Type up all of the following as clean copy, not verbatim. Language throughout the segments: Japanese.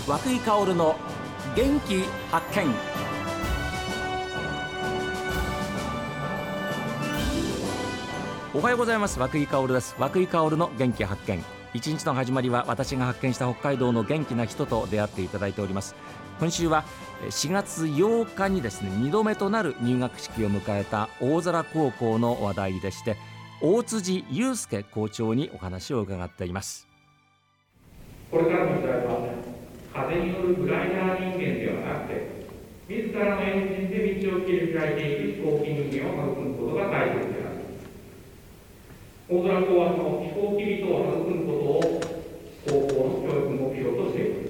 和久井薫の元気発見。おはようございます。和久井薫です。和久井薫の元気発見。一日の始まりは私が発見した北海道の元気な人と出会っていただいております。今週は4月8日にですね、2度目となる入学式を迎えた大空高校の話題でして、大辻祐介校長にお話を伺っています。 これからの時代は風によるグライダー人間ではなくて、自らのエンジンで道を切り開いていく飛行機人間を育むことが大切である。大空港はその飛行機人を育むことを高校の教育目標としている。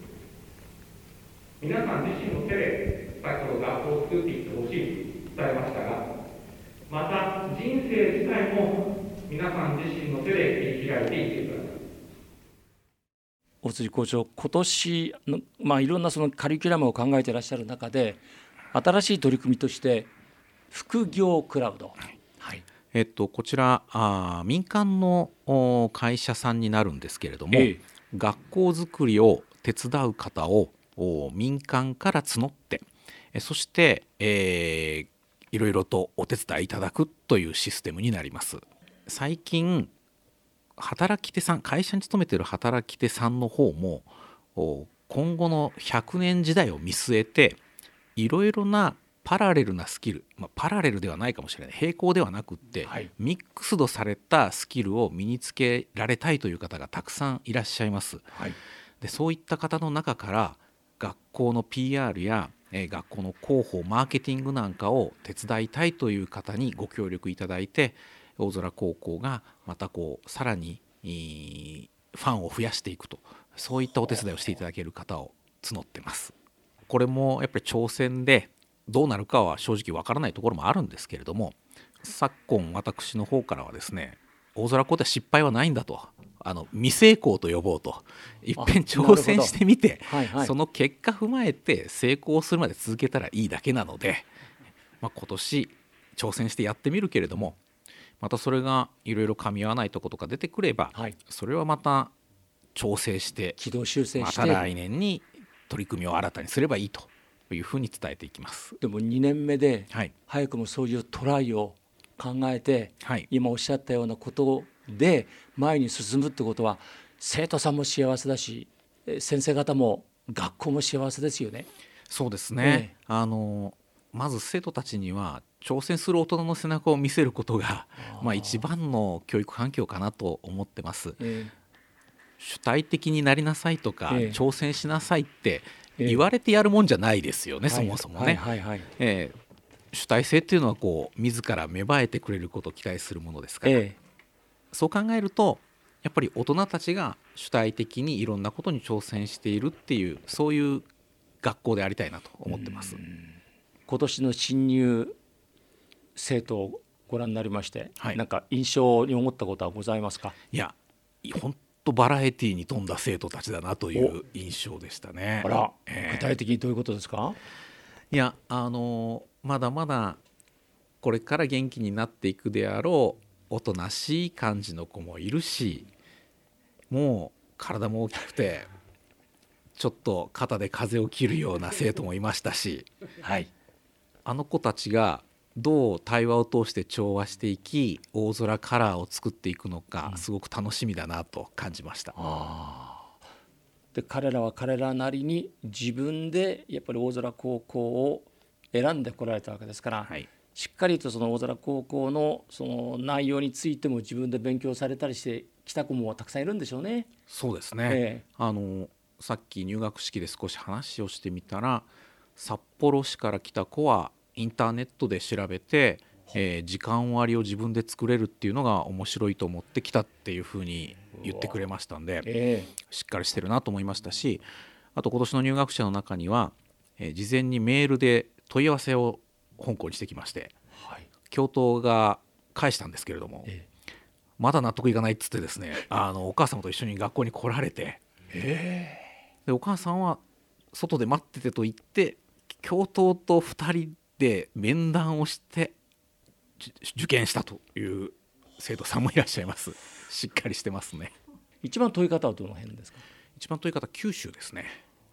皆さん自身の手で先ほど学校を作っていってほしいと伝えましたが、また人生自体も皆さん自身の手で切り開いていってください。 大辻校長、今年の、いろんなそのカリキュラムを考えていらっしゃる中で、新しい取り組みとして副業クラウド、はい、 こちら民間の会社さんになるんですけれども、学校づくりを手伝う方を民間から募って、そして、いろいろとお手伝いいただくというシステムになります。最近働き手さん、会社に勤めている働き手さんの方も今後の100年時代を見据えて、いろいろなパラレルなスキル、パラレルではないかもしれない、並行ではなくって、ミックスドされたスキルを身につけられたいという方がたくさんいらっしゃいます。でそういった方の中から学校の PR や学校の広報マーケティングなんかを手伝いたいという方にご協力いただいて、大空高校がまたさらにファンを増やしていくと、そういったお手伝いをしていただける方を募ってます。これもやっぱり挑戦でどうなるかは正直わからないところもあるんですけれども、昨今私の方からはですね、大空高校では失敗はないんだと、未成功と呼ぼうと、いっぺん挑戦してみて、その結果踏まえて成功するまで続けたらいいだけなので、今年挑戦してやってみるけれども、またそれがいろいろ噛み合わないところとか出てくれば、それはまた調整して軌道修正して、 また来年に取り組みを新たにすればいいというふうに伝えていきます。 でも2年目で早くもそういうトライを考えて、今おっしゃったようなことで前に進むってことは、生徒さんも幸せだし、先生方も学校も幸せですよね。 そうですね、まず生徒たちには挑戦する大人の背中を見せることが一番の教育環境かなと思ってます。主体的になりなさいとか、挑戦しなさいって言われてやるもんじゃないですよね、そもそもね。主体性っていうのは自ら芽生えてくれることを期待するものですから、そう考えるとやっぱり大人たちが主体的にいろんなことに挑戦しているっていう、そういう学校でありたいなと思ってます。 今年の新入生徒をご覧になりまして、なんか印象に思ったことはございますか？ いや、本当バラエティに富んだ生徒たちだなという印象でしたね。 具体的にどういうことですか？ いや、まだまだこれから元気になっていくであろうおとなしい感じの子もいるし、もう体も大きくてちょっと肩で風を切るような生徒もいましたし、あの子たちがどう対話を通して調和していき、大空カラーを作っていくのか、すごく楽しみだなと感じました。 で彼らは彼らなりに自分でやっぱり大空高校を選んでこられたわけですから、しっかりとその大空高校のその内容についても自分で勉強されたりしてきた子もたくさんいるんでしょうね。 そうですね、さっき入学式で少し話をしてみたら、札幌市から来た子はインターネットで調べて、時間割を自分で作れるっていうのが面白いと思ってきたっていうふうに言ってくれましたんで、しっかりしてるなと思いましたし、あと今年の入学者の中には、事前にメールで問い合わせを本校にしてきまして、教頭が返したんですけれども、まだ納得いかないっつってですね、お母様と一緒に学校に来られて、でお母さんは外で待っててと言って教頭と2人で面談をして受験したという生徒さんもいらっしゃいます。しっかりしてますね。 一番遠い方はどの辺ですか？ 一番遠い方、九州ですね。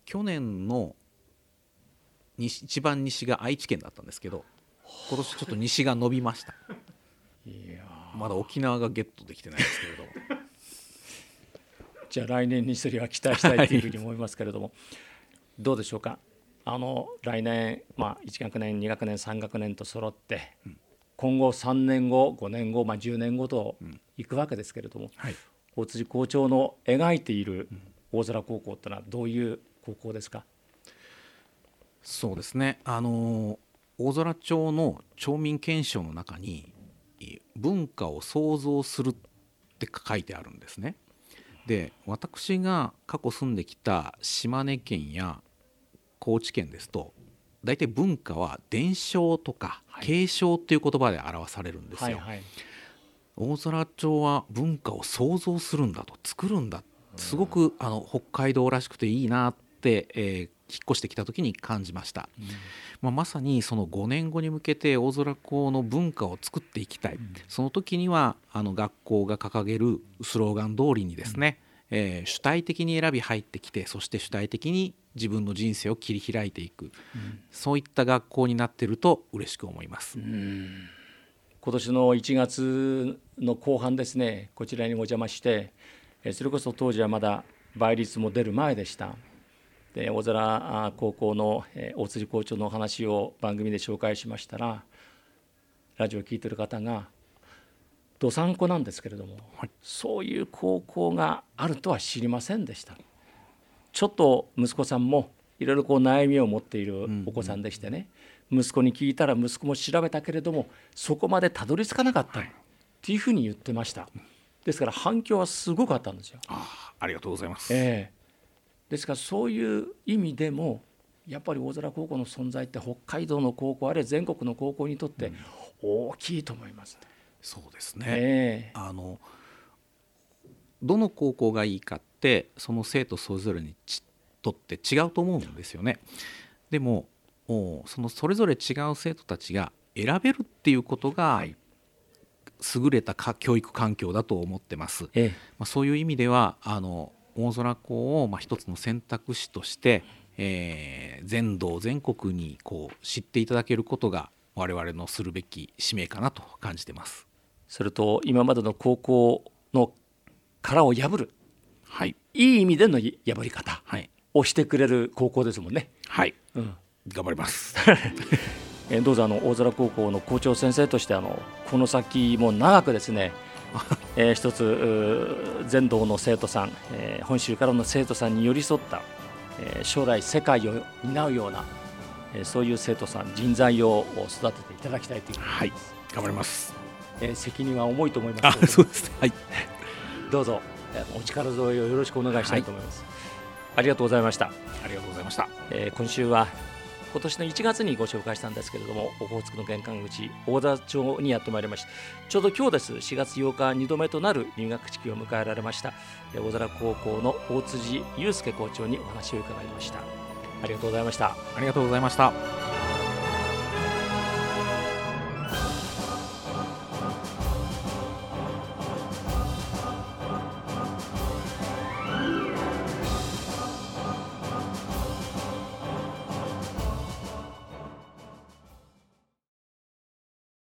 去年の一番西が愛知県だったんですけど、今年ちょっと西が伸びました。 いやまだ沖縄がゲットできてないですけれどじゃあ来年にそれは期待したいというふうに思いますけれども、どうでしょうか。来年、1学年2学年3学年と揃って、今後3年後5年後、10年後といくわけですけれども、大辻校長の描いている大空高校というのはどういう高校ですか。 そうですね、大空町の町民憲章の中に文化を創造するって書いてあるんですね。で、私が過去住んできた島根県や高知県ですと、大体文化は伝承とか継承っていう言葉で表されるんですよ。大空町は文化を創造するんだと、作るんだ、すごく北海道らしくていいなって、引っ越してきた時に感じました。まさにその5年後に向けて大空校の文化を作っていきたい、その時には学校が掲げるスローガン通りにですね、主体的に選び入ってきて、そして主体的に自分の人生を切り開いていく、そういった学校になっていると嬉しく思います。 今年の1月の後半ですね、こちらにお邪魔して、それこそ当時はまだ倍率も出る前でした。で、大空高校の大辻校長のお話を番組で紹介しましたら、ラジオを聞いている方がどさんこなんですけれども、そういう高校があるとは知りませんでした。ちょっと息子さんもいろいろ悩みを持っているお子さんでしてね、息子に聞いたら息子も調べたけれどもそこまでたどり着かなかったっていうふうに言ってました。ですから反響はすごかったんですよ。 ありがとうございます。 ですからそういう意味でもやっぱり大空高校の存在って北海道の高校、あるいは全国の高校にとって大きいと思います。 そうですね、どの高校がいいかってその生徒それぞれにとって違うと思うんですよね。でもそれぞれ違う生徒たちが選べるっていうことが優れた教育環境だと思ってます。そういう意味では大空校を一つの選択肢として、全道全国に知っていただけることが我々のするべき使命かなと感じています。 それと今までの高校の殻を破る、いい意味での破り方をしてくれる高校ですもんね。 頑張りますどうぞ大空高校の校長先生としてこの先も長くですね一つ全道の生徒さん、本州からの生徒さんに寄り添った、将来世界を担うような、そういう生徒さん人材を育てていただきたいというふうに思います。 頑張ります。 責任は重いと思います。 そうですね。 どうぞお力添えをよろしくお願いしたいと思います。ありがとうございました。 ありがとうございました。 今週は今年の1月にご紹介したんですけれども、オホーツクの玄関口大空町にやってまいりました。ちょうど今日です。4月8日2度目となる入学式を迎えられました大空高校の大辻祐介校長にお話を伺いました。ありがとうございました。 ありがとうございました。